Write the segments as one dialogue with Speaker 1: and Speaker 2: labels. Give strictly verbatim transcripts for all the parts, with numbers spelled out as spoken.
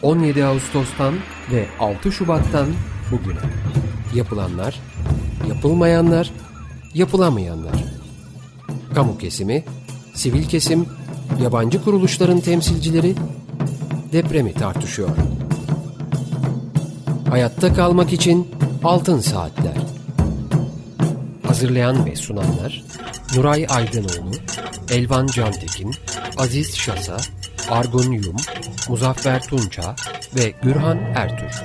Speaker 1: on yedi Ağustos'tan ve altı Şubat'tan bugüne. Yapılanlar, yapılmayanlar, yapılamayanlar. Kamu kesimi, sivil kesim, yabancı kuruluşların temsilcileri depremi tartışıyor. Hayatta kalmak için Altın Saatler. Hazırlayan ve sunanlar Nuray Aydınoğlu, Elvan Cantekin, Aziz Şasa, Argun Yum, Muzaffer Tunça ve Gürhan Ertür.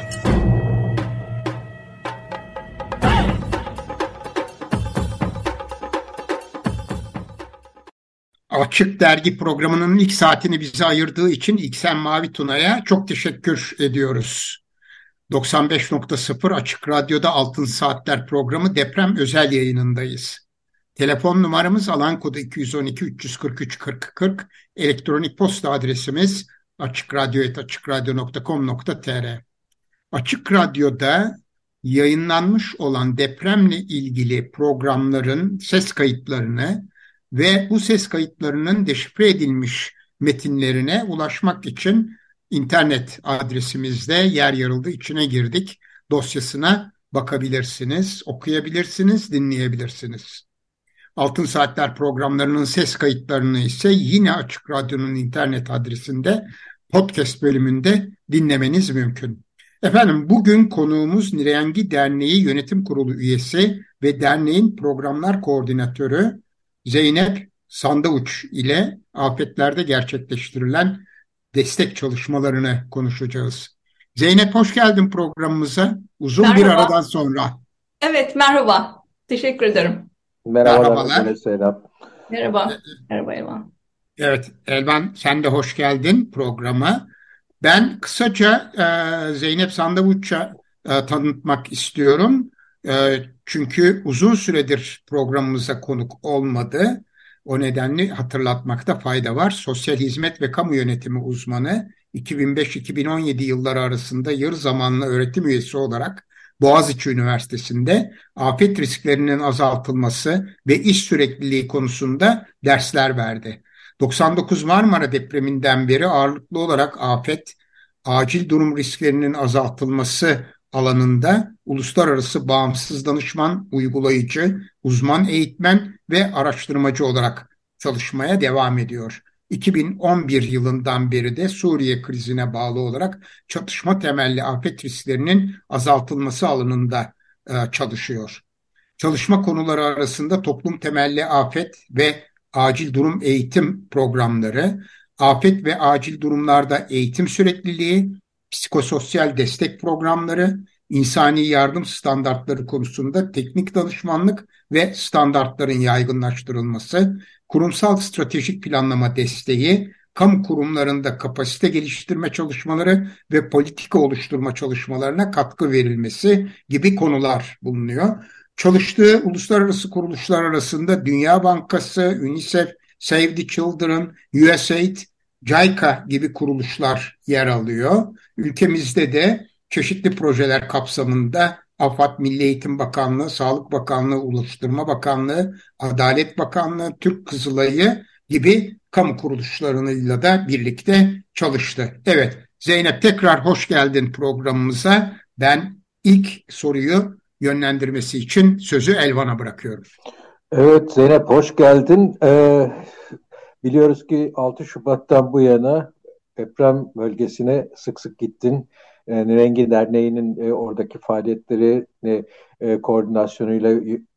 Speaker 2: Açık Dergi programının ilk saatini bize ayırdığı için İksen Mavi Tuna'ya çok teşekkür ediyoruz. doksan beş nokta sıfır Açık Radyo'da Altın Saatler programı deprem özel yayınındayız. Telefon numaramız alan kodu iki yüz on iki üç yüz kırk üç kırk kırk, elektronik posta adresimiz açıkradyo et açıkradyo nokta com nokta tr. Açık Radyo'da yayınlanmış olan depremle ilgili programların ses kayıtlarını ve bu ses kayıtlarının deşifre edilmiş metinlerine ulaşmak için internet adresimizde yer yarıldı, içine girdik. Dosyasına bakabilirsiniz, okuyabilirsiniz, dinleyebilirsiniz. Altın Saatler programlarının ses kayıtlarını ise yine Açık Radyo'nun internet adresinde podcast bölümünde dinlemeniz mümkün. Efendim, bugün konuğumuz Nirengi Derneği Yönetim Kurulu üyesi ve derneğin programlar koordinatörü Zeynep Sandavuç ile afetlerde gerçekleştirilen destek çalışmalarını konuşacağız. Zeynep, hoş geldin programımıza. Uzun
Speaker 3: Merhaba.
Speaker 2: Bir aradan sonra.
Speaker 3: Evet, merhaba. Teşekkür ederim.
Speaker 4: Merhabalar. Merhabalar.
Speaker 3: Merhaba. Merhaba Elvan.
Speaker 2: Evet, Elvan, sen de hoş geldin programa. Ben kısaca e, Zeynep Sandavuç'a e, tanıtmak istiyorum. E, çünkü uzun süredir programımıza konuk olmadı. O nedenle hatırlatmakta fayda var. Sosyal hizmet ve kamu yönetimi uzmanı, iki bin beş iki bin on yedi yılları arasında yarı zamanlı öğretim üyesi olarak Boğaziçi Üniversitesi'nde afet risklerinin azaltılması ve iş sürekliliği konusunda dersler verdi. doksan dokuz Marmara depreminden beri ağırlıklı olarak afet, acil durum risklerinin azaltılması alanında uluslararası bağımsız danışman, uygulayıcı, uzman eğitmen ve araştırmacı olarak çalışmaya devam ediyor. iki bin on bir yılından beri de Suriye krizine bağlı olarak çatışma temelli afet risklerinin azaltılması alanında e, çalışıyor. Çalışma konuları arasında toplum temelli afet ve acil durum eğitim programları, afet ve acil durumlarda eğitim sürekliliği, psikososyal destek programları, insani yardım standartları konusunda teknik danışmanlık ve standartların yaygınlaştırılması, kurumsal stratejik planlama desteği, kamu kurumlarında kapasite geliştirme çalışmaları ve politika oluşturma çalışmalarına katkı verilmesi gibi konular bulunuyor. Çalıştığı uluslararası kuruluşlar arasında Dünya Bankası, UNICEF, Save the Children, U S A I D, JICA gibi kuruluşlar yer alıyor. Ülkemizde de çeşitli projeler kapsamında AFAD, Milli Eğitim Bakanlığı, Sağlık Bakanlığı, Ulaştırma Bakanlığı, Adalet Bakanlığı, Türk Kızılayı gibi kamu kuruluşlarıyla da birlikte çalıştı. Evet, Zeynep, tekrar hoş geldin programımıza. Ben ilk soruyu yönlendirmesi için sözü Elvan'a bırakıyorum.
Speaker 4: Evet Zeynep, hoş geldin. Ee, biliyoruz ki altı Şubat'tan bu yana deprem bölgesine sık sık gittin. Ee, Nirengi Derneği'nin e, oradaki faaliyetleri e, koordinasyonuyla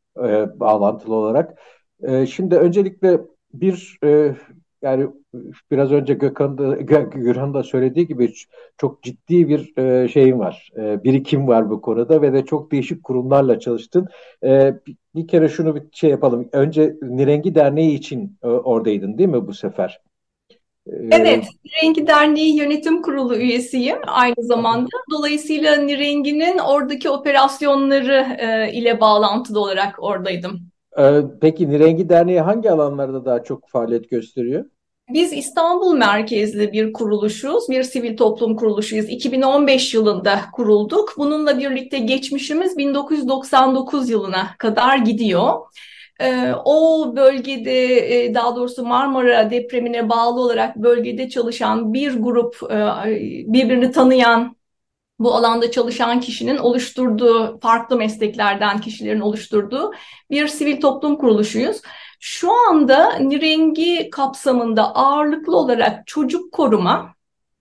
Speaker 4: e, bağlantılı olarak. E, şimdi öncelikle bir e, yani biraz önce Gökhan da, Gürhan da söylediği gibi çok ciddi bir e, şeyin var, e, birikim var bu konuda ve de çok değişik kurumlarla çalıştın. E, bir, bir kere şunu bir şey yapalım. Önce Nirengi Derneği için e, oradaydın değil mi bu sefer? E,
Speaker 3: Evet, Nirengi Derneği Yönetim Kurulu üyesiyim aynı zamanda. Dolayısıyla Nirengi'nin oradaki operasyonları e, ile bağlantılı olarak oradaydım.
Speaker 4: e, peki Nirengi Derneği hangi alanlarda daha çok faaliyet gösteriyor?
Speaker 3: Biz İstanbul merkezli bir kuruluşuz, bir sivil toplum kuruluşuyuz. iki bin on beş yılında kurulduk. Bununla birlikte geçmişimiz bin dokuz yüz doksan dokuz yılına kadar gidiyor. E, o bölgede e, daha doğrusu Marmara depremine bağlı olarak bölgede çalışan bir grup e, birbirini tanıyan, bu alanda çalışan kişinin oluşturduğu, farklı mesleklerden kişilerin oluşturduğu bir sivil toplum kuruluşuyuz. Şu anda Nirengi kapsamında ağırlıklı olarak çocuk koruma,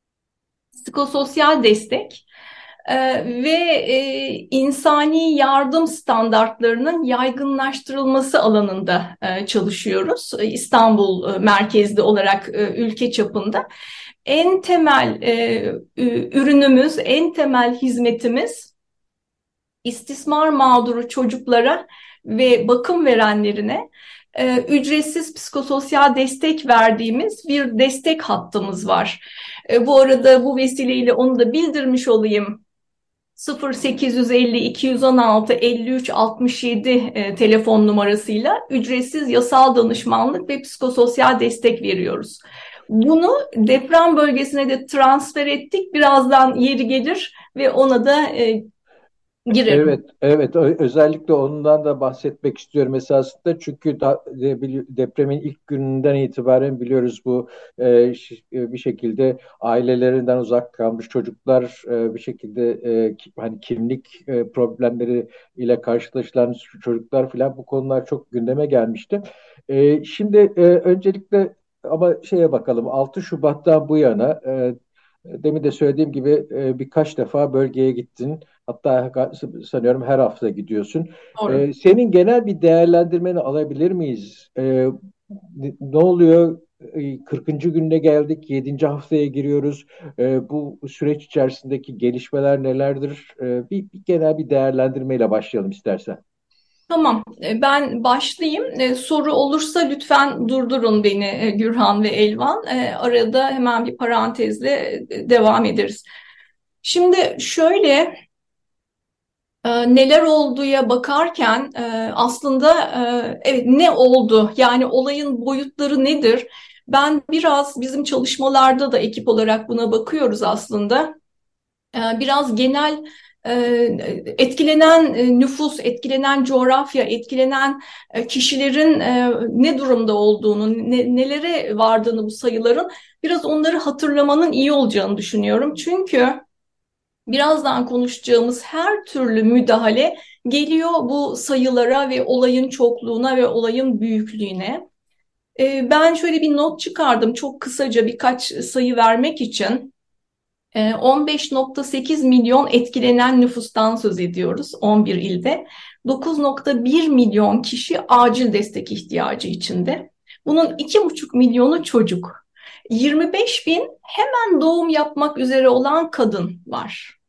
Speaker 3: psikososyal destek e, ve e, insani yardım standartlarının yaygınlaştırılması alanında e, çalışıyoruz. İstanbul e, merkezli olarak e, ülke çapında. En temel e, ürünümüz, en temel hizmetimiz istismar mağduru çocuklara ve bakım verenlerine e, ücretsiz psikososyal destek verdiğimiz bir destek hattımız var. E, bu arada bu vesileyle onu da bildirmiş olayım. sıfır sekiz yüz elli iki yüz on altı elli üç altmış yedi e, telefon numarasıyla ücretsiz yasal danışmanlık ve psikososyal destek veriyoruz. Bunu deprem bölgesine de transfer ettik. Birazdan yeri gelir ve ona da e, girelim.
Speaker 4: Evet, evet. Ö- Özellikle ondan da bahsetmek istiyorum esasında. Çünkü da, de- bili- depremin ilk gününden itibaren biliyoruz bu e, ş- e, bir şekilde ailelerinden uzak kalmış çocuklar e, bir şekilde e, ki- hani kimlik e, problemleri ile karşılaşılan çocuklar filan bu konular çok gündeme gelmişti. E, şimdi e, öncelikle ama şeye bakalım altı Şubat'tan bu yana e, demin de söylediğim gibi e, birkaç defa bölgeye gittin. Hatta sanıyorum her hafta gidiyorsun.
Speaker 3: Doğru.
Speaker 4: Ee, senin genel bir değerlendirmeni alabilir miyiz? Ee, ne ne oluyor? Ee, kırkıncı gününe geldik, yedinci haftaya giriyoruz. Ee, bu süreç içerisindeki gelişmeler nelerdir? Ee, bir, bir genel bir değerlendirmeyle başlayalım istersen.
Speaker 3: Tamam, e, ben başlayayım. E, Soru olursa lütfen durdurun beni e, Gürhan ve Elvan. E, Arada hemen bir parantezle e, devam ederiz. Şimdi şöyle, e, neler olduğuya bakarken e, aslında e, evet ne oldu? Yani olayın boyutları nedir? Ben biraz bizim çalışmalarda da ekip olarak buna bakıyoruz aslında. E, Biraz genel e, etkilenen e, nüfus, etkilenen coğrafya, etkilenen e, kişilerin e, ne durumda olduğunu, ne- nelere vardığını bu sayıların biraz onları hatırlamanın iyi olacağını düşünüyorum. Çünkü birazdan konuşacağımız her türlü müdahale geliyor bu sayılara ve olayın çokluğuna ve olayın büyüklüğüne. E, Ben şöyle bir not çıkardım çok kısaca birkaç sayı vermek için. E, on beş nokta sekiz milyon etkilenen nüfustan söz ediyoruz on bir ilde. dokuz nokta bir milyon kişi acil destek ihtiyacı içinde. Bunun iki buçuk milyonu çocuk. yirmi beş bin hemen doğum yapmak üzere olan kadın var.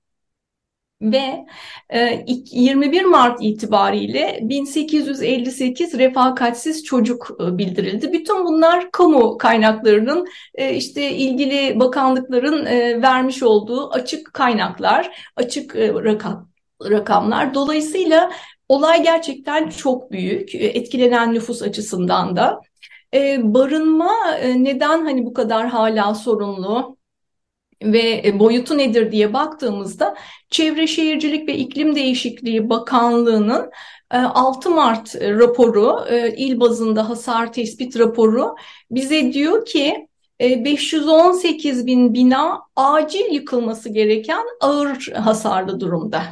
Speaker 3: Ve e, yirmi bir Mart itibariyle bin sekiz yüz elli sekiz refakatsiz çocuk e, bildirildi. Bütün bunlar kamu kaynaklarının e, işte ilgili bakanlıkların e, vermiş olduğu açık kaynaklar, açık e, rakam, rakamlar. Dolayısıyla olay gerçekten çok büyük, e, etkilenen nüfus açısından da. E, barınma e, neden hani bu kadar hala sorunlu ve boyutu nedir diye baktığımızda Çevre Şehircilik ve İklim Değişikliği Bakanlığı'nın altı Mart raporu, il bazında hasar tespit raporu bize diyor ki beş yüz on sekiz bin bina acil yıkılması gereken ağır hasarlı durumda.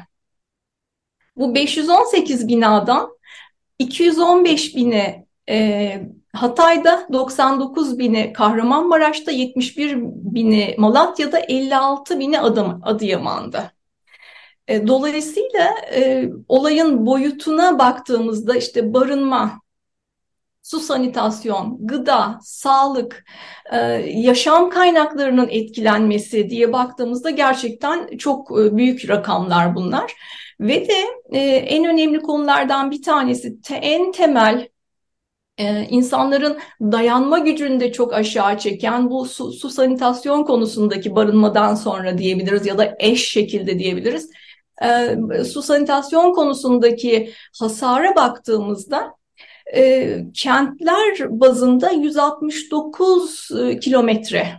Speaker 3: Bu beş yüz on sekiz binadan iki yüz on beş bini e, Hatay'da, doksan dokuz bini Kahramanmaraş'ta, yetmiş bir bini Malatya'da, elli altı bini Adım, Adıyaman'da. E, dolayısıyla e, olayın boyutuna baktığımızda işte barınma, su sanitasyon, gıda, sağlık, e, yaşam kaynaklarının etkilenmesi diye baktığımızda gerçekten çok e, büyük rakamlar bunlar. Ve de e, en önemli konulardan bir tanesi te, en temel e, insanların dayanma gücünü de çok aşağı çeken bu su, su sanitasyon konusundaki barınmadan sonra diyebiliriz ya da eş şekilde diyebiliriz. E, su sanitasyon konusundaki hasara baktığımızda e, kentler bazında yüz altmış dokuz e, kilometre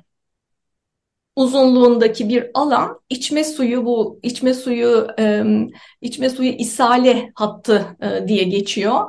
Speaker 3: uzunluğundaki bir alan içme suyu bu içme suyu e, içme suyu ishale hattı e, diye geçiyor.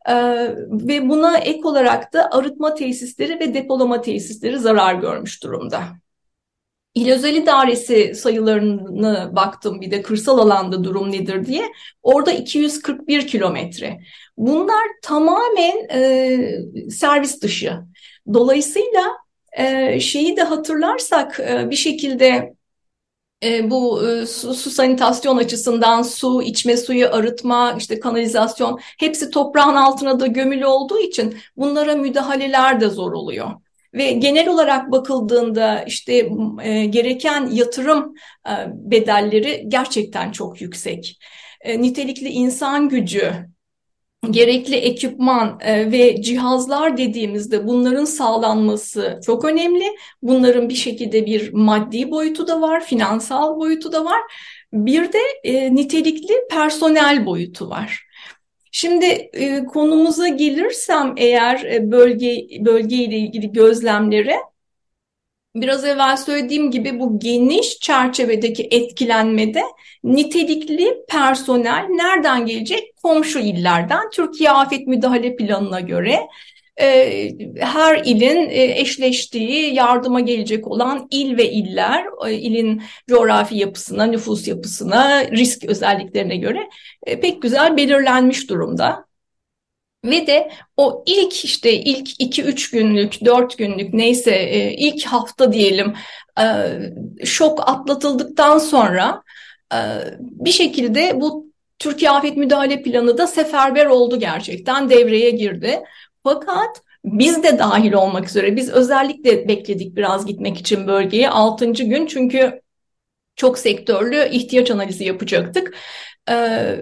Speaker 3: E, ve buna ek olarak da arıtma tesisleri ve depolama tesisleri zarar görmüş durumda. İl Özel İdaresi sayılarını baktım, bir de kırsal alanda durum nedir diye. Orada iki yüz kırk bir kilometre. Bunlar tamamen e, servis dışı. Dolayısıyla e, şeyi de hatırlarsak e, bir şekilde e, bu e, su, su sanitasyon açısından su, içme suyu, arıtma, işte kanalizasyon hepsi toprağın altına da gömülü olduğu için bunlara müdahaleler de zor oluyor. Ve genel olarak bakıldığında işte e, gereken yatırım e, bedelleri gerçekten çok yüksek. E, nitelikli insan gücü, gerekli ekipman e, ve cihazlar dediğimizde bunların sağlanması çok önemli. Bunların bir şekilde bir maddi boyutu da var, finansal boyutu da var. Bir de e, nitelikli personel boyutu var. Şimdi e, konumuza gelirsem eğer e, bölge bölgeyle ilgili gözlemlere, biraz evvel söylediğim gibi bu geniş çerçevedeki etkilenmede nitelikli personel nereden gelecek? Komşu illerden. Türkiye Afet Müdahale Planı'na göre e, her ilin e, eşleştiği, yardıma gelecek olan il ve iller, e, ilin coğrafi yapısına, nüfus yapısına, risk özelliklerine göre e, pek güzel belirlenmiş durumda. Ve de o ilk işte ilk iki üç günlük, dört günlük neyse e, ilk hafta diyelim e, şok atlatıldıktan sonra e, bir şekilde bu Türkiye Afet Müdahale Planı da seferber oldu, gerçekten devreye girdi. Fakat biz de dahil olmak üzere biz özellikle bekledik biraz gitmek için bölgeye, altıncı gün, çünkü çok sektörlü ihtiyaç analizi yapacaktık. E,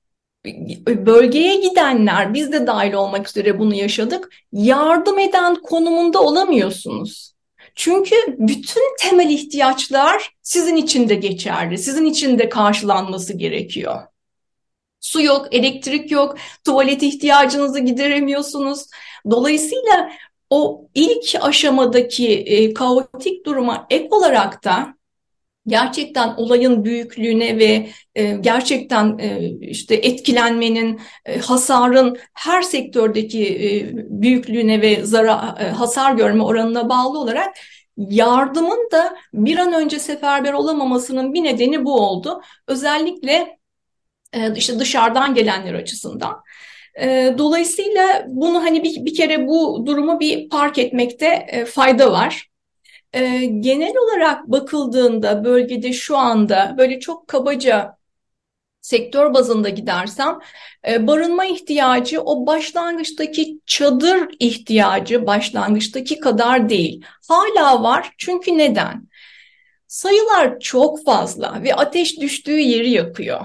Speaker 3: Bölgeye gidenler, biz de dahil olmak üzere bunu yaşadık. Yardım eden konumunda olamıyorsunuz. Çünkü bütün temel ihtiyaçlar sizin için de geçerli. Sizin için de karşılanması gerekiyor. Su yok, elektrik yok, tuvalet ihtiyacınızı gideremiyorsunuz. Dolayısıyla o ilk aşamadaki e, kaotik duruma ek olarak da gerçekten olayın büyüklüğüne ve e, gerçekten e, işte etkilenmenin, e, hasarın her sektördeki e, büyüklüğüne ve zarar, e, hasar görme oranına bağlı olarak yardımın da bir an önce seferber olamamasının bir nedeni bu oldu. Özellikle e, işte dışarıdan gelenler açısından. E, dolayısıyla bunu hani bir, bir kere bu durumu bir park etmekte e, fayda var. E, genel olarak bakıldığında bölgede şu anda böyle çok kabaca sektör bazında gidersem e, barınma ihtiyacı o başlangıçtaki çadır ihtiyacı başlangıçtaki kadar değil. Hala var, çünkü neden? Sayılar çok fazla ve ateş düştüğü yeri yakıyor.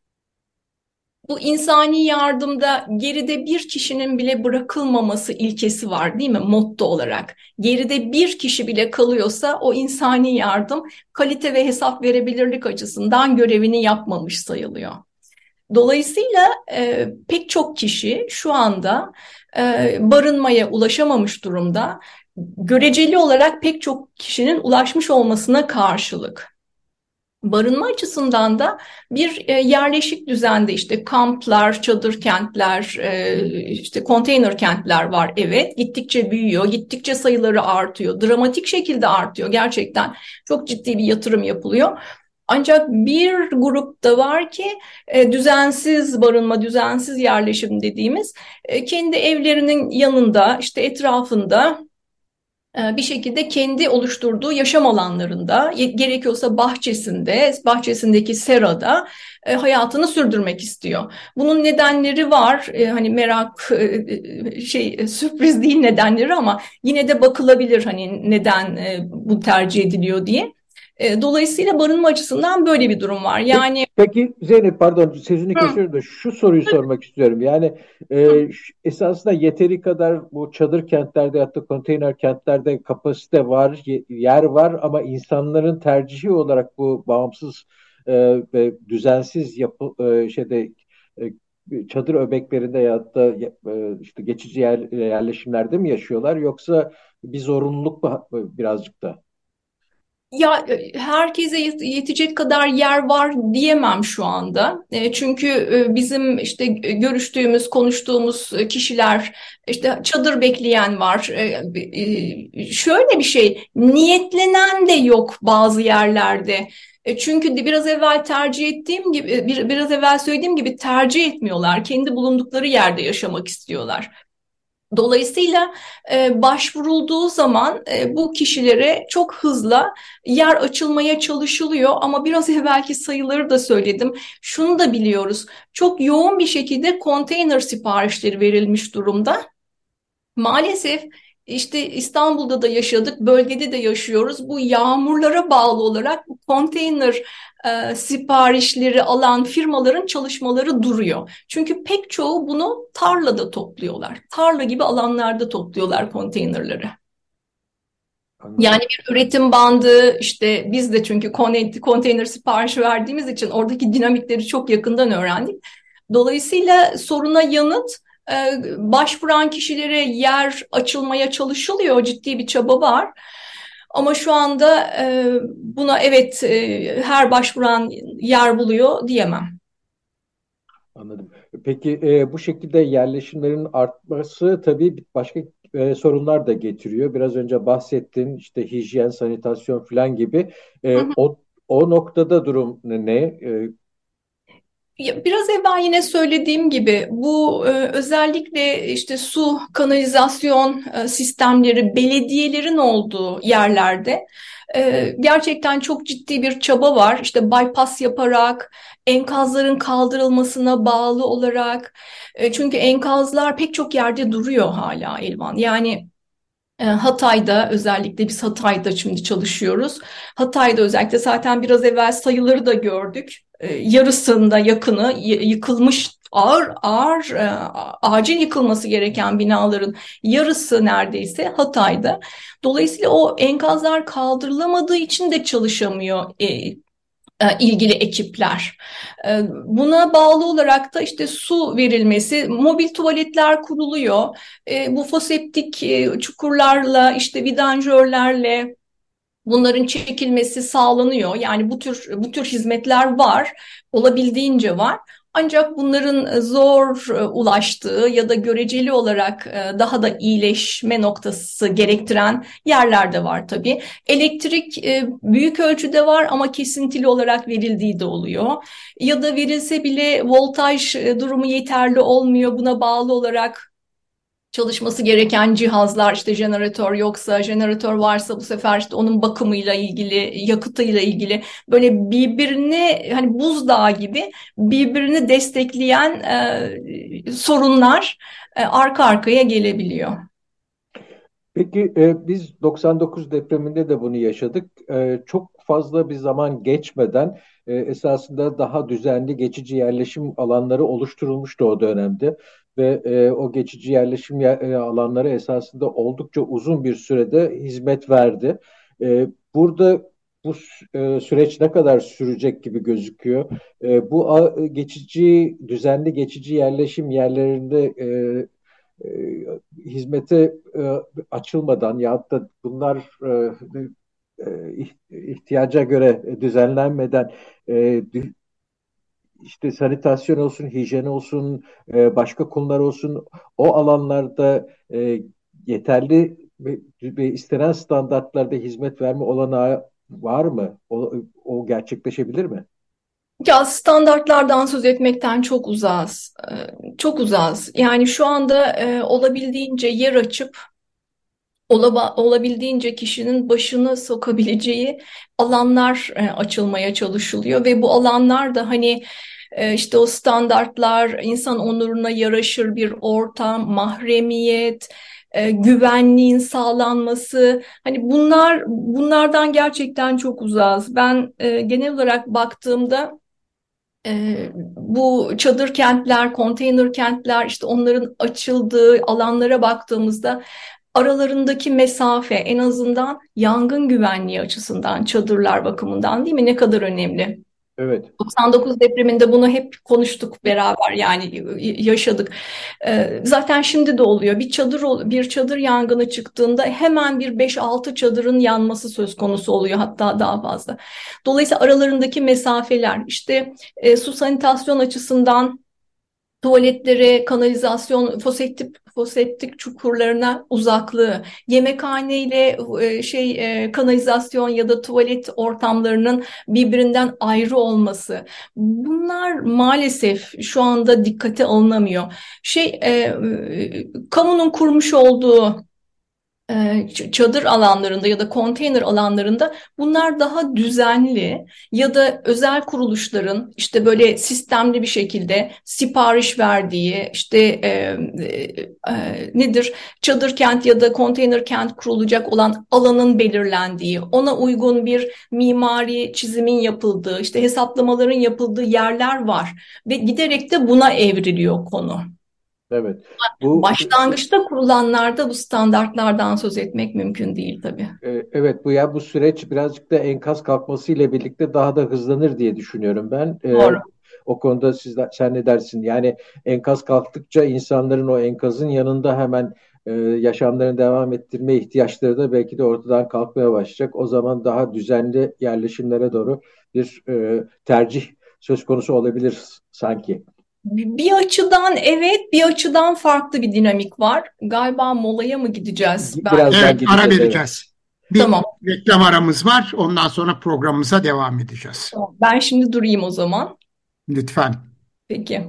Speaker 3: Bu insani yardımda geride bir kişinin bile bırakılmaması ilkesi var, değil mi? Motto olarak. Geride bir kişi bile kalıyorsa o insani yardım kalite ve hesap verebilirlik açısından görevini yapmamış sayılıyor. Dolayısıyla e, pek çok kişi şu anda e, barınmaya ulaşamamış durumda. Göreceli olarak pek çok kişinin ulaşmış olmasına karşılık. Barınma açısından da bir e, yerleşik düzende işte kamplar, çadır kentler, e, işte konteyner kentler var. Evet, gittikçe büyüyor, gittikçe sayıları artıyor, dramatik şekilde artıyor. Gerçekten çok ciddi bir yatırım yapılıyor. Ancak bir grup da var ki e, düzensiz barınma, düzensiz yerleşim dediğimiz e, kendi evlerinin yanında, işte etrafında bir şekilde kendi oluşturduğu yaşam alanlarında, gerekiyorsa bahçesinde, bahçesindeki serada hayatını sürdürmek istiyor. Bunun nedenleri var. Hani merak, şey, sürpriz değil nedenleri, ama yine de bakılabilir hani neden bu tercih ediliyor diye. Dolayısıyla barınma açısından böyle bir durum var. Yani
Speaker 4: Peki Zeynep, pardon sözünü
Speaker 3: hı,
Speaker 4: kesiyorum da şu soruyu sormak istiyorum. Yani e, şu- esasında yeteri kadar bu çadır kentlerde hatta konteyner kentlerde kapasite var, ye- yer var ama insanların tercihi olarak bu bağımsız e, ve düzensiz yapı e, şeyde e, çadır öbeklerinde ya da e, işte geçici yer, yerleşimlerde mi yaşıyorlar yoksa bir zorunluluk mu birazcık da?
Speaker 3: Ya e, herkese yet- yetecek kadar yer var diyemem şu anda. E, Çünkü e, bizim işte görüştüğümüz, konuştuğumuz e, kişiler, işte çadır bekleyen var. E, e, Şöyle bir şey, niyetlenen de yok bazı yerlerde. E, Çünkü de biraz evvel tercih ettiğim gibi, bir, biraz evvel söylediğim gibi tercih etmiyorlar. Kendi bulundukları yerde yaşamak istiyorlar. Dolayısıyla e, başvurulduğu zaman e, bu kişilere çok hızlı yer açılmaya çalışılıyor ama biraz evvelki sayıları da söyledim. Şunu da biliyoruz. Çok yoğun bir şekilde konteyner siparişleri verilmiş durumda. Maalesef işte İstanbul'da da yaşadık, bölgede de yaşıyoruz. Bu yağmurlara bağlı olarak bu konteyner e, siparişleri alan firmaların çalışmaları duruyor. Çünkü pek çoğu bunu tarlada topluyorlar. Tarla gibi alanlarda topluyorlar konteynerleri. Yani
Speaker 4: Anladım.
Speaker 3: bir üretim bandı, işte biz de çünkü konteyner siparişi verdiğimiz için oradaki dinamikleri çok yakından öğrendik. Dolayısıyla soruna yanıt, e, başvuran kişilere yer açılmaya çalışılıyor, ciddi bir çaba var. Ama şu anda e, buna evet, e, her başvuran yer buluyor diyemem.
Speaker 4: Anladım. Peki e, bu şekilde yerleşimlerin artması tabii başka e, sorunlar da getiriyor. Biraz önce bahsettin işte hijyen, sanitasyon falan gibi. E, o o noktada durum ne? E,
Speaker 3: Biraz evvel yine söylediğim gibi bu e, özellikle işte su, kanalizasyon e, sistemleri belediyelerin olduğu yerlerde e, gerçekten çok ciddi bir çaba var. İşte bypass yaparak, enkazların kaldırılmasına bağlı olarak. E, çünkü enkazlar pek çok yerde duruyor hala Elvan. Yani e, Hatay'da, özellikle biz Hatay'da şimdi çalışıyoruz. Hatay'da özellikle zaten biraz evvel sayıları da gördük. E, Yarısında yakını y- yıkılmış, ağır ağır e, acil yıkılması gereken binaların yarısı neredeyse Hatay'da. Dolayısıyla o enkazlar kaldırılamadığı için de çalışamıyor e, e, ilgili ekipler. E, Buna bağlı olarak da işte su verilmesi, mobil tuvaletler kuruluyor. E, Bu foseptik e, çukurlarla, işte vidanjörlerle bunların çekilmesi sağlanıyor. Yani bu tür bu tür hizmetler var, olabildiğince var. Ancak bunların zor e, ulaştığı ya da göreceli olarak e, daha da iyileşme noktası gerektiren yerler de var tabii. Elektrik e, büyük ölçüde var ama kesintili olarak verildiği de oluyor. Ya da verilse bile voltaj e, durumu yeterli olmuyor. Buna bağlı olarak çalışması gereken cihazlar, işte jeneratör yoksa, jeneratör varsa bu sefer işte onun bakımıyla ilgili, yakıtıyla ilgili, böyle birbirini, hani buzdağı gibi birbirini destekleyen e, sorunlar e, arka arkaya gelebiliyor.
Speaker 4: Peki e, biz doksan dokuz depreminde de bunu yaşadık. E, çok fazla bir zaman geçmeden e, esasında daha düzenli geçici yerleşim alanları oluşturulmuştu o dönemde. Ve e, o geçici yerleşim yer- e, alanları esasında oldukça uzun bir sürede hizmet verdi. E, burada bu sü- e, süreç ne kadar sürecek gibi gözüküyor? E, bu a- geçici, düzenli geçici yerleşim yerlerinde e, e, hizmete e, açılmadan ya da bunlar e, e, ihtiyaca göre düzenlenmeden e, işte sanitasyon olsun, hijyen olsun, e, başka konular olsun o alanlarda e, yeterli ve, ve istenen standartlarda hizmet verme olanağı var mı? O, o gerçekleşebilir mi?
Speaker 3: Ya standartlardan söz etmekten çok uzağız. Ee, Çok uzağız. Yani şu anda e, olabildiğince yer açıp olaba, olabildiğince kişinin başını sokabileceği alanlar e, açılmaya çalışılıyor ve bu alanlar da hani e, işte o standartlar, insan onuruna yaraşır bir ortam, mahremiyet, e, güvenliğin sağlanması, hani bunlar bunlardan gerçekten çok uzağız. Ben e, genel olarak baktığımda e, bu çadır kentler, konteyner kentler, işte onların açıldığı alanlara baktığımızda aralarındaki mesafe, en azından yangın güvenliği açısından, çadırlar bakımından, değil mi? Ne kadar önemli.
Speaker 4: Evet.
Speaker 3: doksan dokuz depreminde bunu hep konuştuk beraber, yani yaşadık. Ee, zaten şimdi de oluyor. Bir çadır bir çadır yangını çıktığında hemen bir beş altı çadırın yanması söz konusu oluyor, hatta daha fazla. Dolayısıyla aralarındaki mesafeler, işte e, su sanitasyon açısından tuvaletlere, kanalizasyon, foseptik, foseptik çukurlarına uzaklığı, yemekhane ile e, şey e, kanalizasyon ya da tuvalet ortamlarının birbirinden ayrı olması. Bunlar maalesef şu anda dikkate alınamıyor. Şey, e, kamunun kurmuş olduğu çadır alanlarında ya da konteyner alanlarında bunlar daha düzenli, ya da özel kuruluşların işte böyle sistemli bir şekilde sipariş verdiği, işte e, e, nedir, çadır kent ya da konteyner kent kurulacak olan alanın belirlendiği, ona uygun bir mimari çizimin yapıldığı, işte hesaplamaların yapıldığı yerler var ve giderek de buna evriliyor konu.
Speaker 4: Evet. Bu
Speaker 3: Başlangıçta kurulanlarda bu standartlardan söz etmek mümkün değil tabii.
Speaker 4: e, evet bu ya bu süreç birazcık da enkaz kalkması ile birlikte daha da hızlanır diye düşünüyorum ben. E,
Speaker 3: Doğru.
Speaker 4: o konuda siz de, sen ne dersin? Yani enkaz kalktıkça insanların o enkazın yanında hemen e, yaşamlarını devam ettirme ihtiyaçları da belki de ortadan kalkmaya başlayacak. O zaman daha düzenli yerleşimlere doğru bir e, tercih söz konusu olabilir sanki.
Speaker 3: Bir açıdan evet, bir açıdan farklı bir dinamik var. Galiba molaya mı gideceğiz? Ben...
Speaker 4: Birazdan
Speaker 2: Evet,
Speaker 4: gideceğiz.
Speaker 2: ara
Speaker 4: Evet.
Speaker 2: vereceğiz. Bir
Speaker 3: Tamam.
Speaker 2: reklam aramız var. Ondan sonra programımıza devam edeceğiz.
Speaker 3: Tamam. Ben şimdi durayım o zaman.
Speaker 2: Lütfen.
Speaker 3: Peki.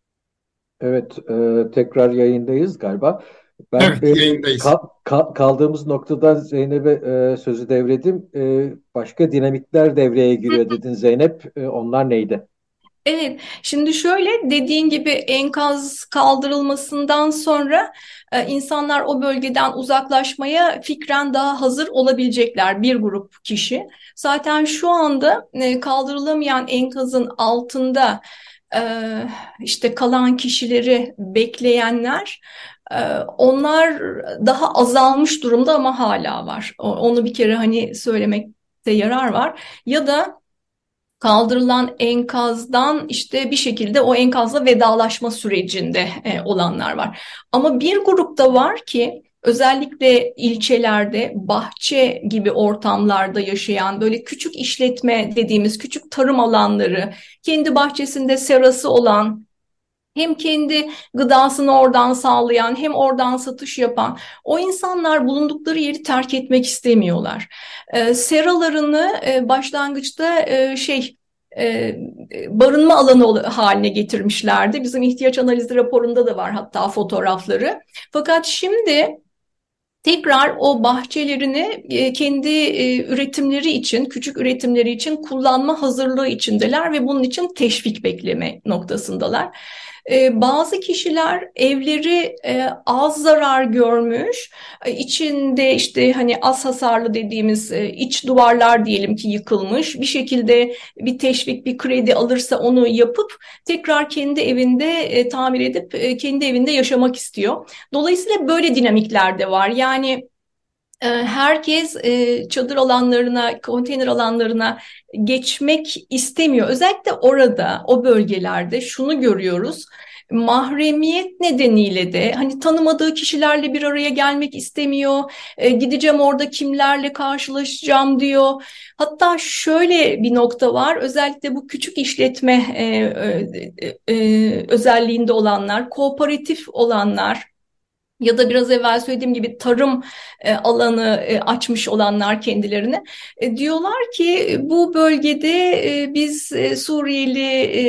Speaker 4: Evet, e, tekrar yayındayız galiba. Ben
Speaker 2: Evet,
Speaker 4: e,
Speaker 2: yayındayız.
Speaker 4: kal- kal- kaldığımız noktada Zeynep'e e, sözü devredim. E, başka dinamikler devreye giriyor dedin Zeynep. E, onlar neydi?
Speaker 3: Evet, şimdi şöyle, dediğin gibi enkaz kaldırılmasından sonra e, insanlar o bölgeden uzaklaşmaya fikren daha hazır olabilecekler, bir grup kişi. Zaten şu anda e, kaldırılamayan enkazın altında e, işte kalan kişileri bekleyenler, e, onlar daha azalmış durumda ama hala var. O- Onu bir kere hani söylemekte yarar var. Ya da kaldırılan enkazdan işte bir şekilde o enkazla vedalaşma sürecinde e, olanlar var. Ama bir grupta var ki özellikle ilçelerde, bahçe gibi ortamlarda yaşayan, böyle küçük işletme dediğimiz küçük tarım alanları, kendi bahçesinde serası olan, hem kendi gıdasını oradan sağlayan, hem oradan satış yapan o insanlar bulundukları yeri terk etmek istemiyorlar. E, seralarını e, başlangıçta e, şey e, barınma alanı haline getirmişlerdi. Bizim ihtiyaç analizi raporunda da var hatta fotoğrafları. Fakat şimdi tekrar o bahçelerini e, kendi e, üretimleri için, küçük üretimleri için kullanma hazırlığı içindeler ve bunun için teşvik bekleme noktasındalar. E, bazı kişiler evleri e, az zarar görmüş, e, içinde işte hani az hasarlı dediğimiz e, iç duvarlar diyelim ki yıkılmış, bir şekilde bir teşvik, bir kredi alırsa onu yapıp tekrar kendi evinde e, tamir edip e, kendi evinde yaşamak istiyor. Dolayısıyla böyle dinamikler de var. Yani e, herkes e, çadır alanlarına, konteyner alanlarına geçmek istemiyor. Özellikle orada, o bölgelerde şunu görüyoruz. Mahremiyet nedeniyle de hani tanımadığı kişilerle bir araya gelmek istemiyor. E, gideceğim orada kimlerle karşılaşacağım diyor. Hatta şöyle bir nokta var. Özellikle bu küçük işletme e, e, e, özelliğinde olanlar, kooperatif olanlar, ya da biraz evvel söylediğim gibi tarım e, alanı e, açmış olanlar kendilerine e, diyorlar ki bu bölgede e, biz e, Suriyeli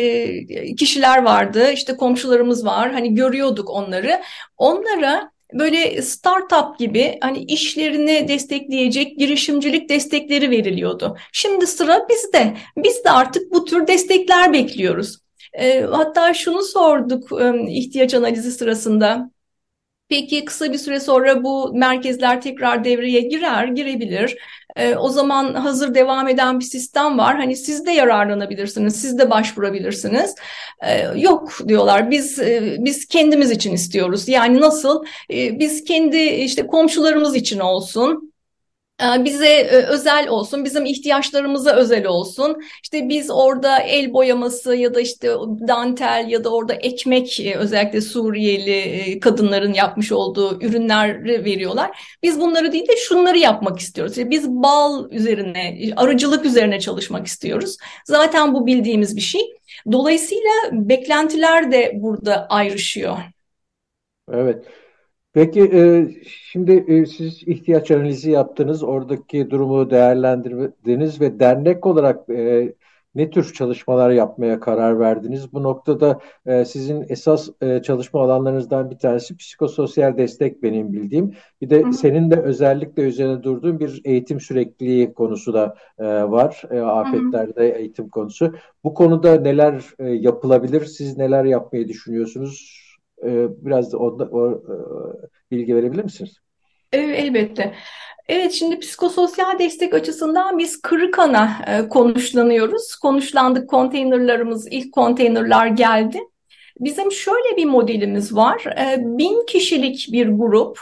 Speaker 3: e, kişiler vardı, işte komşularımız var, hani görüyorduk onları, onlara böyle startup gibi hani işlerini destekleyecek girişimcilik destekleri veriliyordu. Şimdi sıra bizde, biz de artık bu tür destekler bekliyoruz. E, hatta şunu sorduk e, ihtiyaç analizi sırasında. Peki kısa bir süre sonra bu merkezler tekrar devreye girer, girebilir. Ee, o zaman hazır devam eden bir sistem var. Hani siz de yararlanabilirsiniz, siz de başvurabilirsiniz. Ee, yok diyorlar. Biz e, biz kendimiz için istiyoruz. Yani nasıl? Ee, biz kendi işte komşularımız için olsun. bize özel olsun, bizim ihtiyaçlarımıza özel olsun. İşte biz orada el boyaması ya da işte dantel ya da orada ekmek, özellikle Suriyeli kadınların yapmış olduğu ürünleri veriyorlar. Biz bunları değil de şunları yapmak istiyoruz. Biz bal üzerine, arıcılık üzerine çalışmak istiyoruz. Zaten bu bildiğimiz bir şey. Dolayısıyla beklentiler de burada ayrışıyor.
Speaker 4: Evet. Peki e, şimdi e, siz ihtiyaç analizi yaptınız, oradaki durumu değerlendirdiniz ve dernek olarak e, ne tür çalışmalar yapmaya karar verdiniz? Bu noktada e, sizin esas e, çalışma alanlarınızdan bir tanesi psikososyal destek benim bildiğim. Bir
Speaker 3: Hı
Speaker 4: de
Speaker 3: hı.
Speaker 4: senin de özellikle üzerine durduğun bir eğitim sürekliliği konusu da e, var. E,
Speaker 3: Hı hı.
Speaker 4: afetlerde eğitim konusu. Bu konuda neler e, yapılabilir? Siz neler yapmayı düşünüyorsunuz? E, biraz da o, o, e, bilgi verebilir misiniz?
Speaker 3: Evet, elbette. Evet, şimdi psikososyal destek açısından biz Kırıkan'a e, konuşlanıyoruz. Konuşlandık, konteynerlarımız, ilk konteynerlar geldi. Bizim şöyle bir modelimiz var. E, bin kişilik bir grup,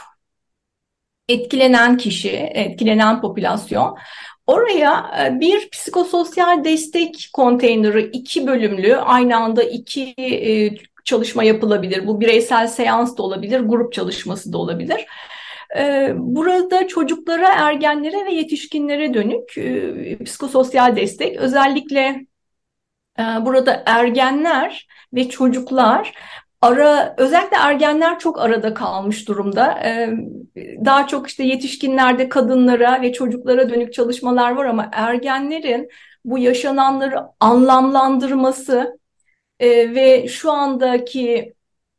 Speaker 3: etkilenen kişi, etkilenen popülasyon. Oraya e, bir psikososyal destek konteyneri, iki bölümlü, aynı anda iki e, çalışma yapılabilir. Bu bireysel seans da olabilir, grup çalışması da olabilir. E, Burada çocuklara, ergenlere ve yetişkinlere dönük e, psikososyal destek, özellikle e, burada ergenler ve çocuklar, ara, özellikle ergenler çok arada kalmış durumda. E, Daha çok işte yetişkinlerde kadınlara ve çocuklara dönük çalışmalar var ama ergenlerin bu yaşananları anlamlandırması e, ve şu andaki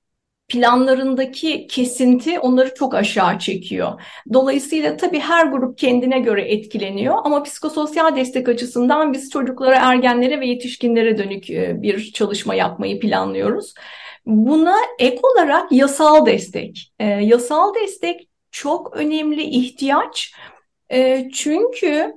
Speaker 3: planlarındaki kesinti onları çok aşağı çekiyor. Dolayısıyla tabii her grup kendine göre etkileniyor ama psikososyal destek açısından biz çocuklara, ergenlere ve yetişkinlere dönük e, bir çalışma yapmayı planlıyoruz. Buna ek olarak yasal destek. E, yasal destek çok önemli ihtiyaç. E, çünkü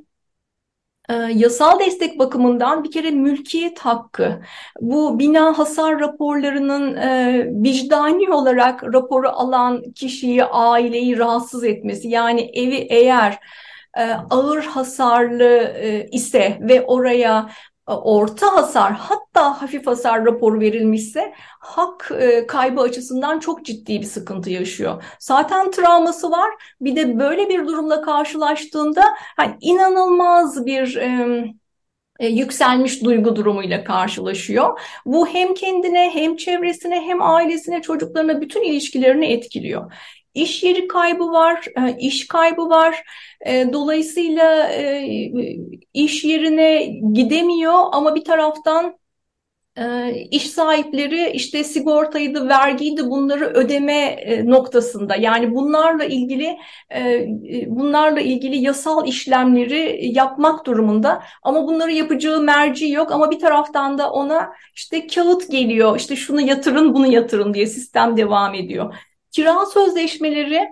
Speaker 3: e, yasal destek bakımından bir kere mülkiyet hakkı, bu bina hasar raporlarının e, vicdani olarak raporu alan kişiyi, aileyi rahatsız etmesi, yani evi eğer e, ağır hasarlı e, ise ve oraya e, orta hasar, hatta hafif hasar raporu verilmişse hak e, kaybı açısından çok ciddi bir sıkıntı yaşıyor. Zaten travması var. Bir de böyle bir durumla karşılaştığında hani inanılmaz bir e, e, yükselmiş duygu durumuyla karşılaşıyor. Bu hem kendine, hem çevresine, hem ailesine, çocuklarına, bütün ilişkilerini etkiliyor. İş yeri kaybı var, e, iş kaybı var. E, Dolayısıyla e, iş yerine gidemiyor ama bir taraftan e, iş sahipleri işte sigortaydı, vergiydi, bunları ödeme e, noktasında. Yani bunlarla ilgili e, bunlarla ilgili yasal işlemleri yapmak durumunda. Ama bunları yapacağı merci yok. Ama bir taraftan da ona işte kağıt geliyor, işte şunu yatırın, bunu yatırın diye sistem devam ediyor. Kira sözleşmeleri,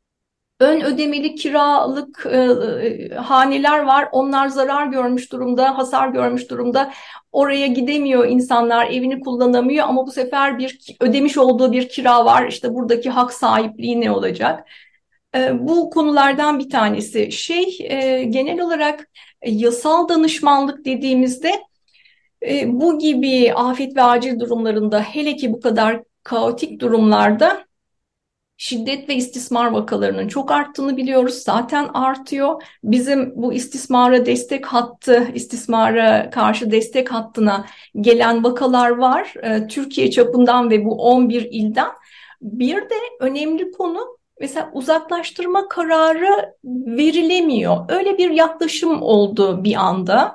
Speaker 3: ön ödemeli kiralık e, e, haneler var. Onlar zarar görmüş durumda, hasar görmüş durumda. Oraya gidemiyor insanlar, evini kullanamıyor ama bu sefer bir ödemiş olduğu bir kira var. İşte buradaki hak sahipliği ne olacak? E, bu konulardan bir tanesi. Şey, e, genel olarak e, yasal danışmanlık dediğimizde e, bu gibi afet ve acil durumlarında, hele ki bu kadar kaotik durumlarda, şiddet ve istismar vakalarının çok arttığını biliyoruz. Zaten artıyor. Bizim bu istismara destek hattı, istismara karşı destek hattına gelen vakalar var. Ee, Türkiye çapından ve bu on bir ilden. Bir de önemli konu, mesela uzaklaştırma kararı verilemiyor. Öyle bir yaklaşım oldu bir anda.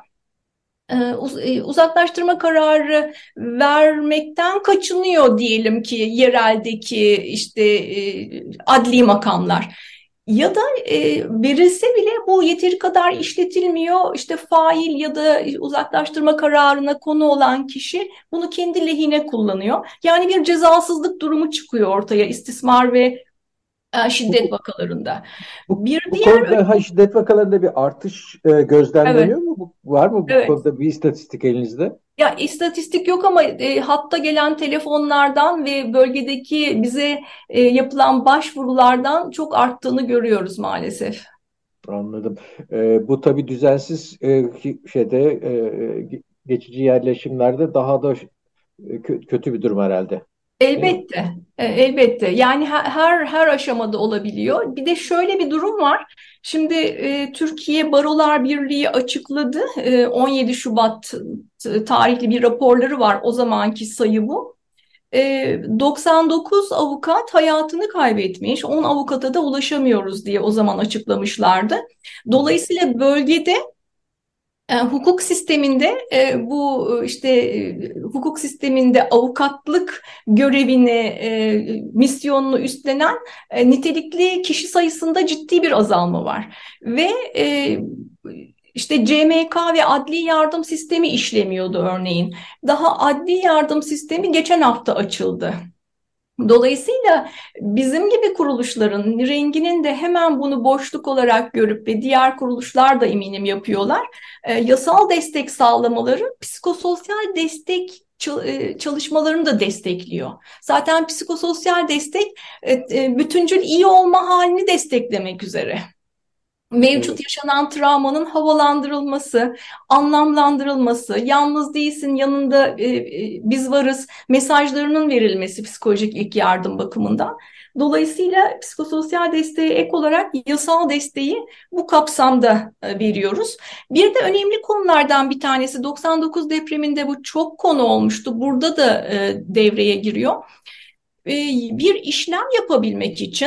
Speaker 3: Uzaklaştırma kararı vermekten kaçınıyor diyelim ki yereldeki işte adli makamlar. Ya da verilse bile bu yeteri kadar işletilmiyor. İşte fail ya da uzaklaştırma kararına konu olan kişi bunu kendi lehine kullanıyor. Yani bir cezasızlık durumu çıkıyor ortaya istismar ve şiddet
Speaker 4: Bu,
Speaker 3: vakalarında.
Speaker 4: bu,
Speaker 3: Bir
Speaker 4: bu
Speaker 3: diğer
Speaker 4: konuda ha, şiddet vakalarında bir artış e,
Speaker 3: evet,
Speaker 4: gözlemleniyor mu? Bu, var mı bu
Speaker 3: evet.
Speaker 4: konuda bir istatistik elinizde?
Speaker 3: Ya istatistik yok ama e, hatta gelen telefonlardan ve bölgedeki bize e, yapılan başvurulardan çok arttığını görüyoruz maalesef.
Speaker 4: Anladım. Ee, bu tabii düzensiz e, şeyde e, geçici yerleşimlerde daha da kö- kötü bir durum herhalde. Değil mi?
Speaker 3: Elbette, e, elbette. Yani her her her aşamada olabiliyor. Bir de şöyle bir durum var. Şimdi e, Türkiye Barolar Birliği açıkladı. E, on yedi Şubat t- tarihli bir raporları var. O zamanki sayı bu. E, doksan dokuz avukat hayatını kaybetmiş. on avukata da ulaşamıyoruz diye o zaman açıklamışlardı. Dolayısıyla bölgede e, hukuk sisteminde e, bu e, işte e, hukuk sisteminde avukatlık görevini, e, misyonunu üstlenen e, nitelikli kişi sayısında ciddi bir azalma var. Ve e, işte C M K ve adli yardım sistemi işlemiyordu örneğin. Daha adli yardım sistemi geçen hafta açıldı. Dolayısıyla bizim gibi kuruluşların, Nirengi'nin de hemen bunu boşluk olarak görüp ve diğer kuruluşlar da eminim yapıyorlar. E, yasal destek sağlamaları psikososyal destek e, çalışmalarını da destekliyor. Zaten psikososyal destek e, e, bütüncül iyi olma halini desteklemek üzere. Mevcut
Speaker 4: Evet.
Speaker 3: yaşanan travmanın havalandırılması, anlamlandırılması, yalnız değilsin yanında e, e, biz varız mesajlarının verilmesi psikolojik ilk yardım bakımından. Dolayısıyla psikososyal desteğe ek olarak yasal desteği bu kapsamda e, veriyoruz. Bir de önemli konulardan bir tanesi doksan dokuz depreminde bu çok konu olmuştu. Burada da e, devreye giriyor. E, bir işlem yapabilmek için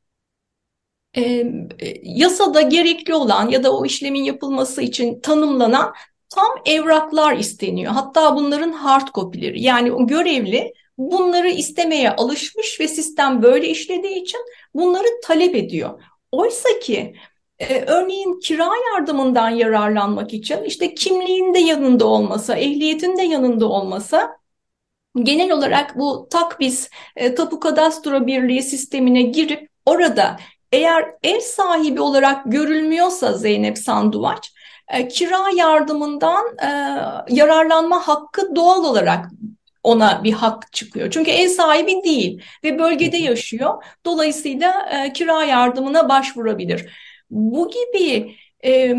Speaker 3: e, yasada gerekli olan ya da o işlemin yapılması için tanımlanan tam evraklar isteniyor. Hatta bunların hard copy'leri. Yani o görevli bunları istemeye alışmış ve sistem böyle işlediği için bunları talep ediyor. Oysa ki e, örneğin kira yardımından yararlanmak için işte kimliğin de yanında olmasa, ehliyetin de yanında olmasa genel olarak bu TAKBİS e, Tapu Kadastro Birliği sistemine girip orada eğer ev sahibi olarak görülmüyorsa Zeynep Sanduvaç, e, kira yardımından e, yararlanma hakkı doğal olarak ona bir hak çıkıyor. Çünkü ev sahibi değil ve bölgede yaşıyor. Dolayısıyla e, kira yardımına başvurabilir. Bu gibi e,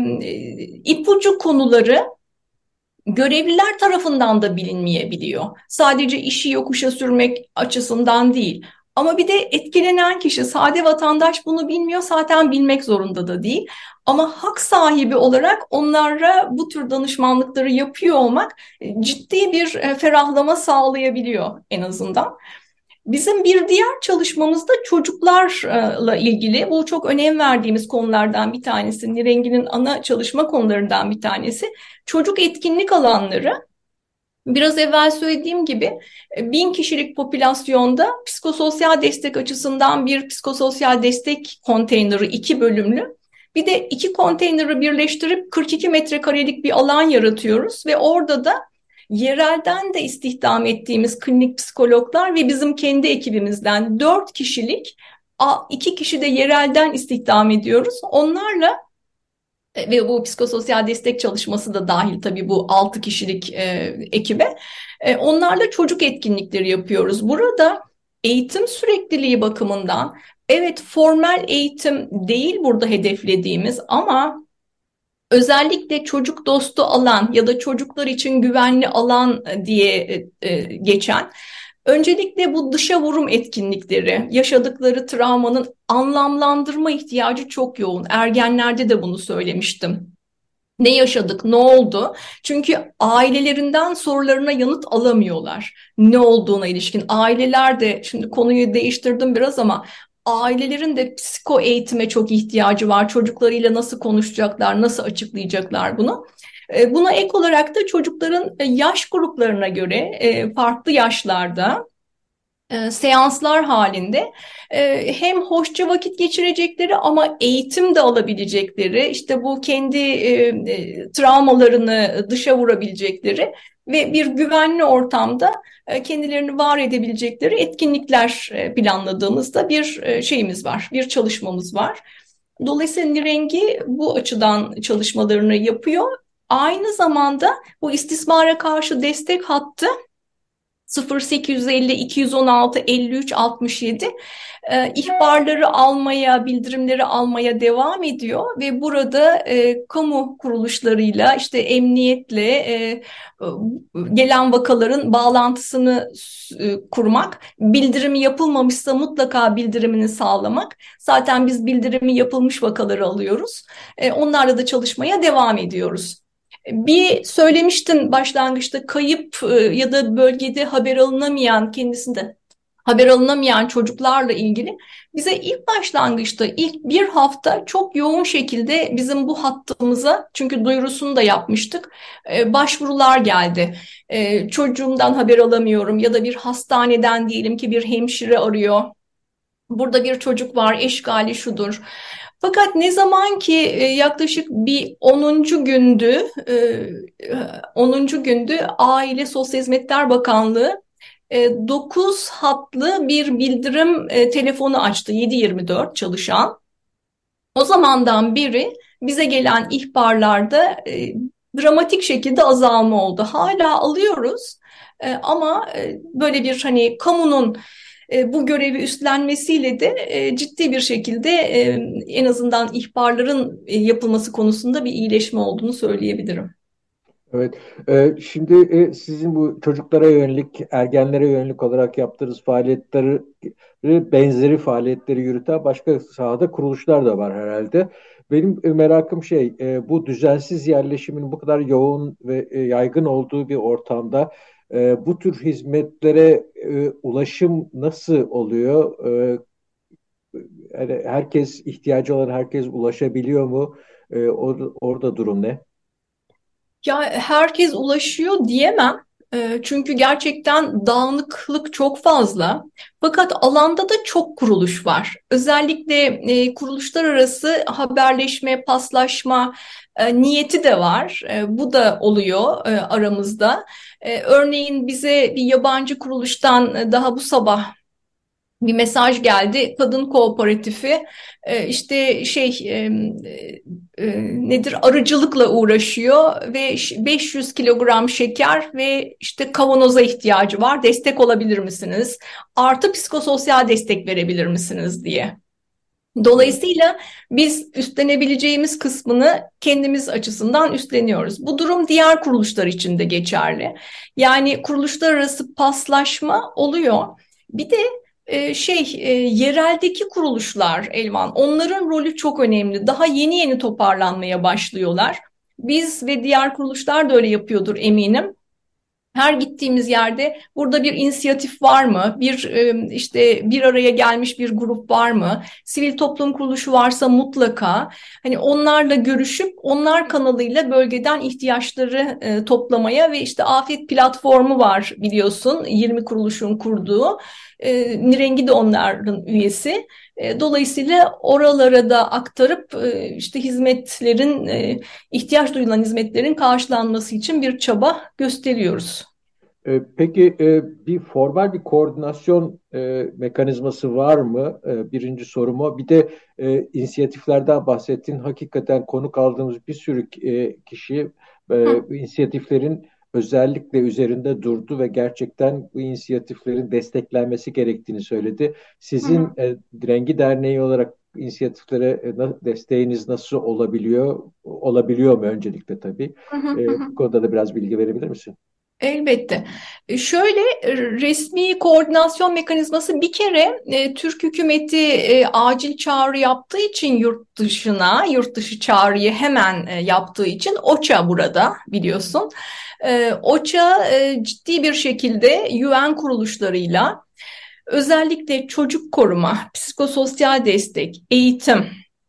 Speaker 3: ipucu konuları görevliler tarafından da bilinmeyebiliyor. Sadece işi yokuşa sürmek açısından değil. Ama bir de etkilenen kişi, sade vatandaş bunu bilmiyor, zaten bilmek zorunda da değil. Ama hak sahibi olarak onlara bu tür danışmanlıkları yapıyor olmak ciddi bir ferahlama sağlayabiliyor en azından. Bizim bir diğer çalışmamız da çocuklarla ilgili. Bu çok önem verdiğimiz konulardan bir tanesi. Nirengi'nin ana çalışma konularından bir tanesi. Çocuk etkinlik alanları. Biraz evvel söylediğim gibi bin kişilik popülasyonda psikososyal destek açısından bir psikososyal destek konteyneri iki bölümlü. Bir de iki konteyneri birleştirip kırk iki metrekarelik bir alan yaratıyoruz ve orada da yerelden de istihdam ettiğimiz klinik psikologlar ve bizim kendi ekibimizden dört kişilik, iki kişi de yerelden istihdam ediyoruz. Onlarla ve bu psikososyal destek çalışması da dahil tabii bu altı kişilik e, ekibe. E, onlarla çocuk etkinlikleri yapıyoruz. Burada eğitim sürekliliği bakımından evet formal eğitim değil burada hedeflediğimiz ama özellikle çocuk dostu alan ya da çocuklar için güvenli alan diye e, geçen öncelikle bu dışa vurum etkinlikleri, yaşadıkları travmanın anlamlandırma ihtiyacı çok yoğun. Ergenlerde de bunu söylemiştim. Ne yaşadık, ne oldu? Çünkü ailelerinden sorularına yanıt alamıyorlar. Ne olduğuna ilişkin. Aileler de, şimdi konuyu değiştirdim biraz ama ailelerin de psiko eğitime çok ihtiyacı var. Çocuklarıyla nasıl konuşacaklar, nasıl açıklayacaklar bunu? Buna ek olarak da çocukların yaş gruplarına göre farklı yaşlarda seanslar halinde hem hoşça vakit geçirecekleri ama eğitim de alabilecekleri, işte bu kendi travmalarını dışa vurabilecekleri ve bir güvenli ortamda kendilerini var edebilecekleri etkinlikler planladığımızda bir şeyimiz var, bir çalışmamız var. Dolayısıyla Nirengi bu açıdan çalışmalarını yapıyor. Aynı zamanda bu istismara karşı destek hattı sıfır sekiz elli iki yüz on altı elli üç altmış yedi e, ihbarları almaya, bildirimleri almaya devam ediyor ve burada e, kamu kuruluşlarıyla, işte emniyetle e, gelen vakaların bağlantısını e, kurmak, bildirimi yapılmamışsa mutlaka bildirimini sağlamak. Zaten biz bildirimi yapılmış vakaları alıyoruz. E, onlarla da çalışmaya devam ediyoruz. Bir söylemiştin başlangıçta, kayıp e, ya da bölgede haber alınamayan, kendisinde haber alınamayan çocuklarla ilgili bize ilk başlangıçta ilk bir hafta çok yoğun şekilde bizim bu hattımıza, çünkü duyurusunu da yapmıştık, e, başvurular geldi. E, çocuğumdan haber alamıyorum ya da bir hastaneden diyelim ki bir hemşire arıyor. Burada bir çocuk var, eşkali şudur. Fakat ne zaman ki e, yaklaşık bir onuncu gündü, e, onuncu gündü Aile Sosyal Hizmetler Bakanlığı e, dokuz hatlı bir bildirim e, telefonu açtı, yedi yirmi dört çalışan. O zamandan beri bize gelen ihbarlarda e, dramatik şekilde azalma oldu. Hala alıyoruz e, ama e, böyle bir hani kamunun e, bu görevi üstlenmesiyle de e, ciddi bir şekilde e, en azından ihbarların e, yapılması konusunda bir iyileşme olduğunu söyleyebilirim.
Speaker 4: Evet, e, şimdi e, sizin bu çocuklara yönelik, ergenlere yönelik olarak yaptığınız faaliyetleri, benzeri faaliyetleri yürüten başka sahada kuruluşlar da var herhalde. Benim e, merakım şey, e, bu düzensiz yerleşimin bu kadar yoğun ve e, yaygın olduğu bir ortamda e, bu tür hizmetlere e, ulaşım nasıl oluyor? E, yani herkes, ihtiyacı olan herkes ulaşabiliyor mu? E, or- orada durum ne?
Speaker 3: Ya herkes ulaşıyor diyemem. E, Çünkü gerçekten dağınıklık çok fazla. Fakat alanda da çok kuruluş var. Özellikle e, kuruluşlar arası haberleşme, paslaşma e, niyeti de var. E, bu da oluyor e, aramızda. E, Örneğin bize bir yabancı kuruluştan e, daha bu sabah bir mesaj geldi. Kadın Kooperatifi e, işte şey e, e, nedir, arıcılıkla uğraşıyor ve beş yüz kilogram şeker ve işte kavanoza ihtiyacı var. Destek olabilir misiniz? Artı psikososyal destek verebilir misiniz diye. Dolayısıyla biz üstlenebileceğimiz kısmını kendimiz açısından üstleniyoruz. Bu durum diğer kuruluşlar için de geçerli. Yani kuruluşlar arası paslaşma oluyor. Bir de e, şey e, yereldeki kuruluşlar Elvan, onların rolü çok önemli. Daha yeni yeni toparlanmaya başlıyorlar. Biz ve diğer kuruluşlar da öyle yapıyordur eminim. Her gittiğimiz yerde burada bir inisiyatif var mı? Bir e, işte bir araya gelmiş bir grup var mı? Sivil toplum kuruluşu varsa mutlaka hani onlarla görüşüp onlar kanalıyla bölgeden ihtiyaçları e, toplamaya ve işte Afet platformu var biliyorsun, yirmi kuruluşun kurduğu. E, Nirengi de onların üyesi. E, dolayısıyla oralara da aktarıp e, işte hizmetlerin e, ihtiyaç duyulan hizmetlerin karşılanması için bir çaba gösteriyoruz.
Speaker 4: E, Peki e, bir formal bir koordinasyon e, mekanizması var mı? E, birinci sorum o. Bir de e, inisiyatiflerden bahsettin. Hakikaten konuk aldığımız bir sürü e, kişi
Speaker 3: Hı.
Speaker 4: e, bu inisiyatiflerin özellikle üzerinde durdu ve gerçekten bu inisiyatiflerin desteklenmesi gerektiğini söyledi.
Speaker 3: Hı
Speaker 4: Sizin
Speaker 3: hı.
Speaker 4: e, Rengi Derneği olarak inisiyatiflere e, na- desteğiniz nasıl olabiliyor? Olabiliyor mu öncelikle tabii?
Speaker 3: Hı hı hı.
Speaker 4: E, bu konuda da biraz bilgi verebilir misin?
Speaker 3: Elbette. E, Şöyle e, resmi koordinasyon mekanizması bir kere e, Türk hükümeti e, acil çağrı yaptığı için yurt dışına, yurt dışı çağrıyı hemen e, yaptığı için OÇA burada biliyorsun. E, OÇA e, ciddi bir şekilde U N kuruluşlarıyla özellikle çocuk koruma, psikososyal destek, eğitim,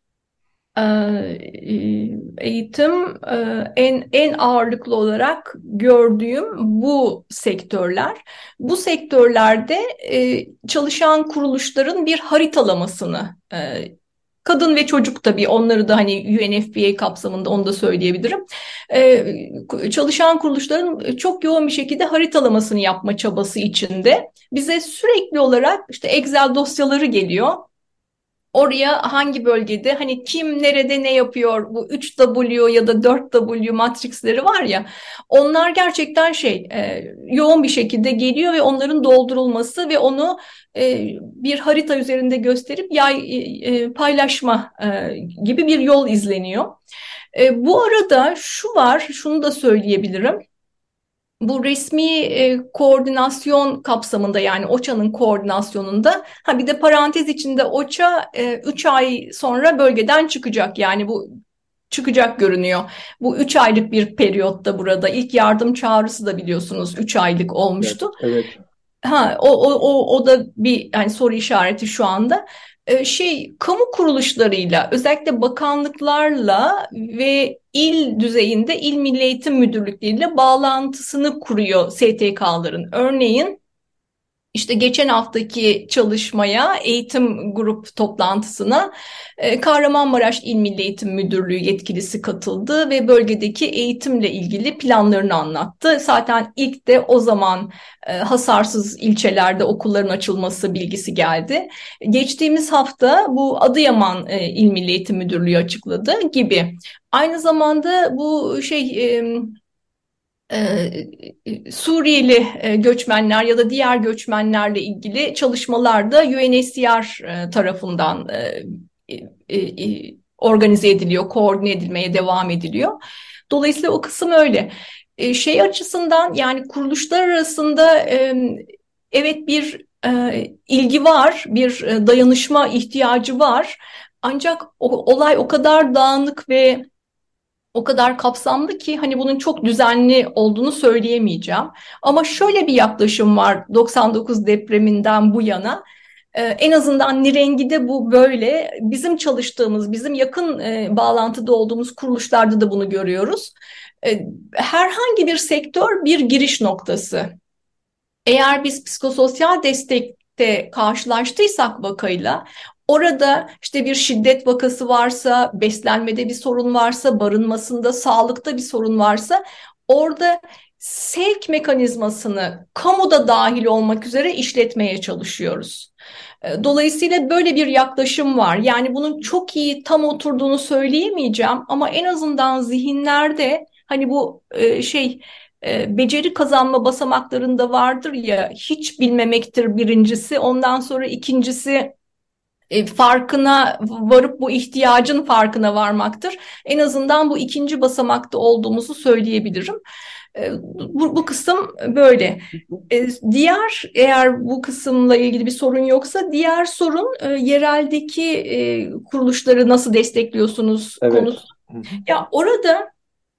Speaker 3: Ee, eğitim e, en en ağırlıklı olarak gördüğüm bu sektörler. Bu sektörlerde e, çalışan kuruluşların bir haritalamasını, e, kadın ve çocuk tabii onları da hani U N F P A kapsamında onu da söyleyebilirim. E, Çalışan kuruluşların çok yoğun bir şekilde haritalamasını yapma çabası içinde bize sürekli olarak işte Excel dosyaları geliyor. oraya hangi bölgede, hani kim nerede ne yapıyor, bu üç W ya da dört W matriksleri var ya, onlar gerçekten şey e, yoğun bir şekilde geliyor ve onların doldurulması ve onu e, bir harita üzerinde gösterip yay, e, paylaşma e, gibi bir yol izleniyor. E, bu arada şu var, şunu da söyleyebilirim. Bu resmi e, koordinasyon kapsamında, yani OÇA'nın koordinasyonunda, ha bir de parantez içinde OÇA üç ay sonra bölgeden çıkacak, yani bu çıkacak görünüyor. Bu üç aylık bir periyotta burada ilk yardım çağrısı da biliyorsunuz üç aylık olmuştu.
Speaker 4: Evet. evet.
Speaker 3: Ha, o, o, o, o da bir yani soru işareti şu anda. Ee, şey kamu kuruluşlarıyla, özellikle bakanlıklarla ve il düzeyinde il Milli Eğitim Müdürlükleriyle bağlantısını kuruyor S T K'ların. Örneğin İşte geçen haftaki çalışmaya, eğitim grup toplantısına e, Kahramanmaraş İl Milli Eğitim Müdürlüğü yetkilisi katıldı ve bölgedeki eğitimle ilgili planlarını anlattı. Zaten ilk de o zaman e, hasarsız ilçelerde okulların açılması bilgisi geldi. Geçtiğimiz hafta bu Adıyaman e, İl Milli Eğitim Müdürlüğü açıkladı gibi. Aynı zamanda bu şey... E, Suriyeli göçmenler ya da diğer göçmenlerle ilgili çalışmalar da U N H C R tarafından organize ediliyor, koordine edilmeye devam ediliyor. Dolayısıyla o kısım öyle. Şey açısından, yani kuruluşlar arasında evet bir ilgi var, bir dayanışma ihtiyacı var. Ancak olay o kadar dağınık ve o kadar kapsamlı ki hani bunun çok düzenli olduğunu söyleyemeyeceğim. Ama şöyle bir yaklaşım var doksan dokuz depreminden bu yana. Ee, en azından Nirengi'de bu böyle. Bizim çalıştığımız, bizim yakın e, bağlantıda olduğumuz kuruluşlarda da bunu görüyoruz. Ee, herhangi bir sektör bir giriş noktası. Eğer biz psikososyal destekte karşılaştıysak vakayla, orada işte bir şiddet vakası varsa, beslenmede bir sorun varsa, barınmasında, sağlıkta bir sorun varsa, orada sevk mekanizmasını kamuda dahil olmak üzere işletmeye çalışıyoruz. Dolayısıyla böyle bir yaklaşım var. Yani bunun çok iyi tam oturduğunu söyleyemeyeceğim ama en azından zihinlerde hani bu şey beceri kazanma basamaklarında vardır ya, hiç bilmemektir birincisi, ondan sonra ikincisi farkına varıp bu ihtiyacın farkına varmaktır. En azından bu ikinci basamakta olduğumuzu söyleyebilirim. Bu, bu kısım böyle. Diğer, eğer bu kısımla ilgili bir sorun yoksa, diğer sorun yereldeki kuruluşları nasıl destekliyorsunuz
Speaker 4: evet.
Speaker 3: konusu. Ya orada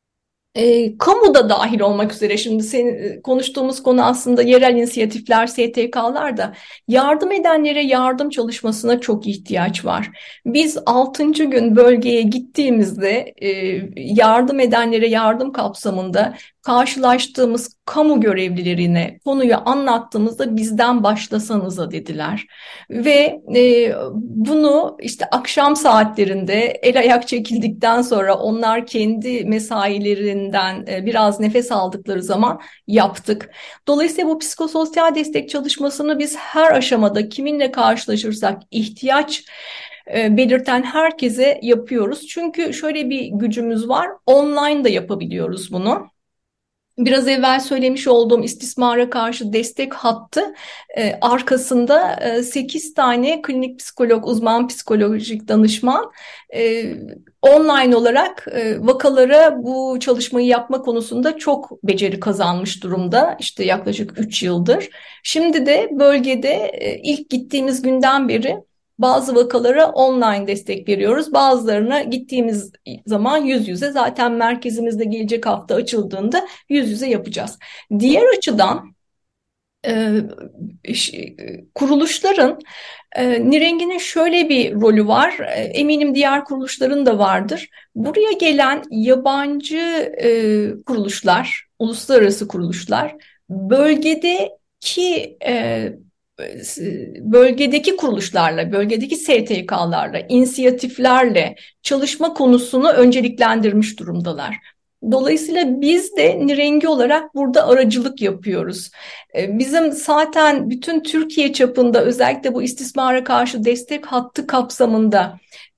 Speaker 3: E, kamu da dahil olmak üzere, şimdi senin konuştuğumuz konu aslında yerel inisiyatifler, S T K'lar da, yardım edenlere yardım çalışmasına çok ihtiyaç var. Biz altıncı gün bölgeye gittiğimizde e, yardım edenlere yardım kapsamında karşılaştığımız kamu görevlilerine konuyu anlattığımızda bizden başlasanıza dediler. Ve e, bunu işte akşam saatlerinde el ayak çekildikten sonra onlar kendi mesailerinden e, biraz nefes aldıkları zaman yaptık. Dolayısıyla bu psikososyal destek çalışmasını biz her aşamada kiminle karşılaşırsak ihtiyaç e, belirten herkese yapıyoruz. Çünkü şöyle bir gücümüz var, online da yapabiliyoruz bunu. Biraz evvel söylemiş olduğum istismara karşı destek hattı e, arkasında e, sekiz tane klinik psikolog, uzman psikolojik danışman e, online olarak e, vakalara bu çalışmayı yapma konusunda çok beceri kazanmış durumda. İşte yaklaşık üç yıldır. Şimdi de bölgede e, ilk gittiğimiz günden beri bazı vakalara online destek veriyoruz. Bazılarına gittiğimiz zaman yüz yüze, zaten merkezimizde gelecek hafta açıldığında yüz yüze yapacağız. Diğer açıdan e, kuruluşların, e, Nirengi'nin şöyle bir rolü var. E, eminim diğer kuruluşların da vardır. Buraya gelen yabancı e, kuruluşlar, uluslararası kuruluşlar bölgedeki e, bölgedeki kuruluşlarla, bölgedeki S T K'larla, inisiyatiflerle çalışma konusunu önceliklendirmiş durumdalar. Dolayısıyla biz de Nirengi olarak burada aracılık yapıyoruz. Bizim zaten bütün Türkiye çapında özellikle bu istismara karşı destek hattı kapsamında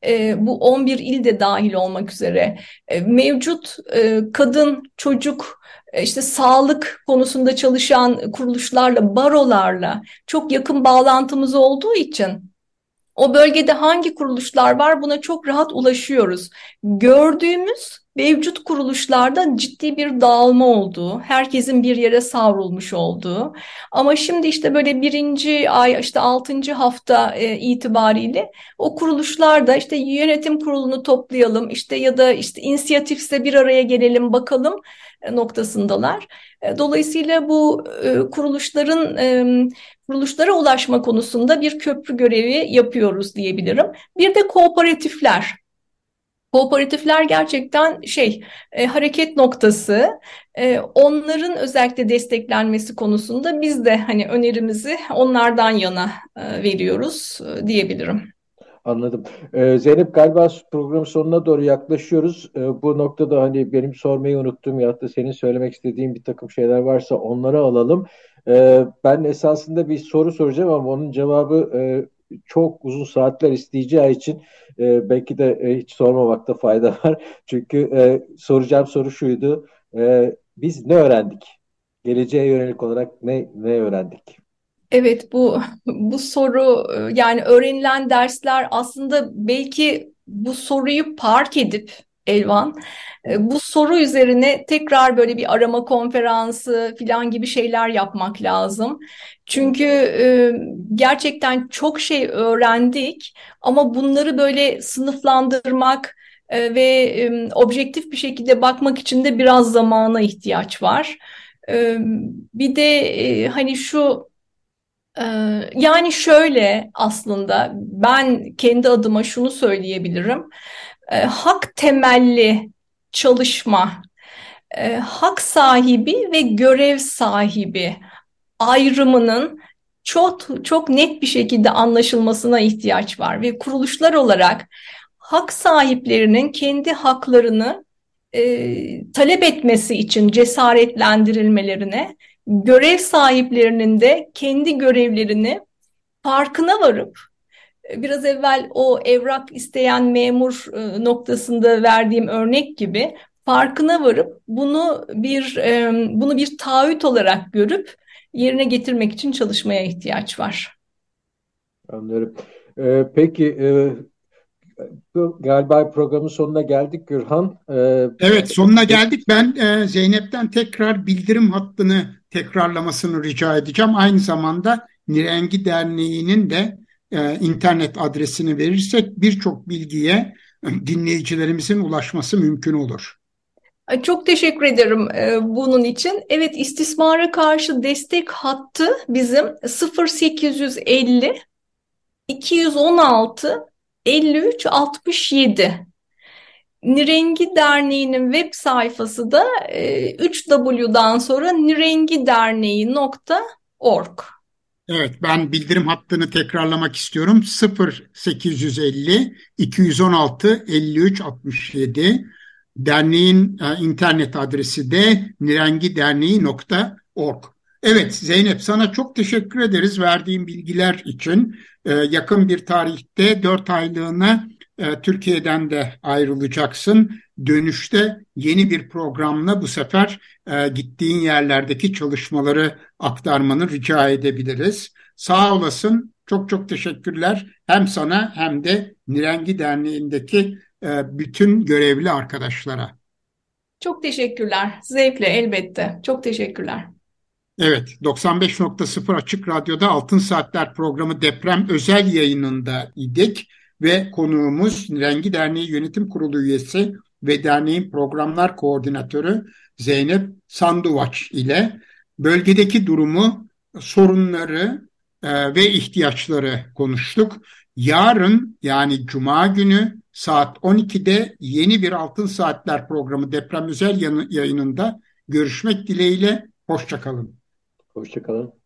Speaker 3: bu on bir il de dahil olmak üzere mevcut kadın, çocuk, işte sağlık konusunda çalışan kuruluşlarla, barolarla çok yakın bağlantımız olduğu için o bölgede hangi kuruluşlar var buna çok rahat ulaşıyoruz. Gördüğümüz mevcut kuruluşlarda ciddi bir dağılma olduğu, herkesin bir yere savrulmuş olduğu. Ama şimdi işte böyle birinci ay, işte altıncı hafta e, itibariyle o kuruluşlar da işte yönetim kurulunu toplayalım, işte ya da işte inisiyatifse bir araya gelelim bakalım e, noktasındalar. E, dolayısıyla bu e, kuruluşların e, kuruluşlara ulaşma konusunda bir köprü görevi yapıyoruz diyebilirim. Bir de kooperatifler. Kooperatifler gerçekten şey e, hareket noktası. E, onların özellikle desteklenmesi konusunda biz de hani önerimizi onlardan yana e, veriyoruz e, diyebilirim.
Speaker 4: Anladım. Ee, Zeynep, galiba programın sonuna doğru yaklaşıyoruz. Ee, bu noktada hani benim sormayı unuttuğum ya da senin söylemek istediğin bir takım şeyler varsa onları alalım. Ee, ben esasında bir soru soracağım ama onun cevabı e, çok uzun saatler isteyeceği için e, belki de e, hiç sormamakta fayda var. Çünkü e, soracağım soru şuydu. E, biz ne öğrendik? Geleceğe yönelik olarak ne ne öğrendik?
Speaker 3: Evet, bu bu soru yani öğrenilen dersler aslında belki bu soruyu park edip Elvan bu soru üzerine tekrar böyle bir arama konferansı falan gibi şeyler yapmak lazım. Çünkü e, gerçekten çok şey öğrendik ama bunları böyle sınıflandırmak e, ve e, objektif bir şekilde bakmak için de biraz zamana ihtiyaç var. E, bir de e, hani şu ee, Yani şöyle aslında ben kendi adıma şunu söyleyebilirim. Ee, hak temelli çalışma, e, hak sahibi ve görev sahibi ayrımının çok çok net bir şekilde anlaşılmasına ihtiyaç var ve kuruluşlar olarak hak sahiplerinin kendi haklarını e, talep etmesi için cesaretlendirilmelerine, görev sahiplerinin de kendi görevlerini farkına varıp e, biraz evvel o evrak isteyen memur e, noktasında verdiğim örnek gibi farkına varıp bunu bir e, bunu bir taahhüt olarak görüp yerine getirmek için çalışmaya ihtiyaç var.
Speaker 4: Anlıyorum. Ee, peki e, bu galiba programın sonuna geldik Gürhan. Ee,
Speaker 2: Evet, sonuna geldik. Ben e, Zeynep'ten tekrar bildirim hattını tekrarlamasını rica edeceğim. Aynı zamanda Nirengi Derneği'nin de e, internet adresini verirsek birçok bilgiye e, dinleyicilerimizin ulaşması mümkün olur.
Speaker 3: Çok teşekkür ederim e, bunun için. Evet, istismara karşı destek hattı bizim sıfır sekiz elli iki yüz on altı elli üç altmış yedi. Nirengi Derneği'nin web sayfası da e, üç W'dan sonra nirengiderneği nokta org.
Speaker 2: Evet, ben bildirim hattını tekrarlamak istiyorum. sıfır sekiz elli iki yüz on altı elli üç altmış yedi. Derneğin e, internet adresi de nirengiderneği nokta org. Evet Zeynep, sana çok teşekkür ederiz verdiğin bilgiler için. E, yakın bir tarihte dört aylığına e, Türkiye'den de ayrılacaksın. Dönüşte yeni bir programla bu sefer e, gittiğin yerlerdeki çalışmaları aktarmanı rica edebiliriz. Sağ olasın. Çok çok teşekkürler. Hem sana hem de Nirengi Derneği'ndeki e, bütün görevli arkadaşlara.
Speaker 3: Çok teşekkürler. Zevkle elbette. Çok teşekkürler.
Speaker 2: Evet, doksan beş nokta sıfır Açık Radyo'da Altın Saatler programı deprem özel yayınında idik ve konuğumuz Nirengi Derneği Yönetim Kurulu üyesi ve derneğin programlar koordinatörü Zeynep Sanduvaç ile bölgedeki durumu, sorunları e, ve ihtiyaçları konuştuk. Yarın yani Cuma günü saat on ikide yeni bir Altın Saatler programı deprem özel yayınında görüşmek dileğiyle. Hoşça kalın.
Speaker 4: Hoşça kalın.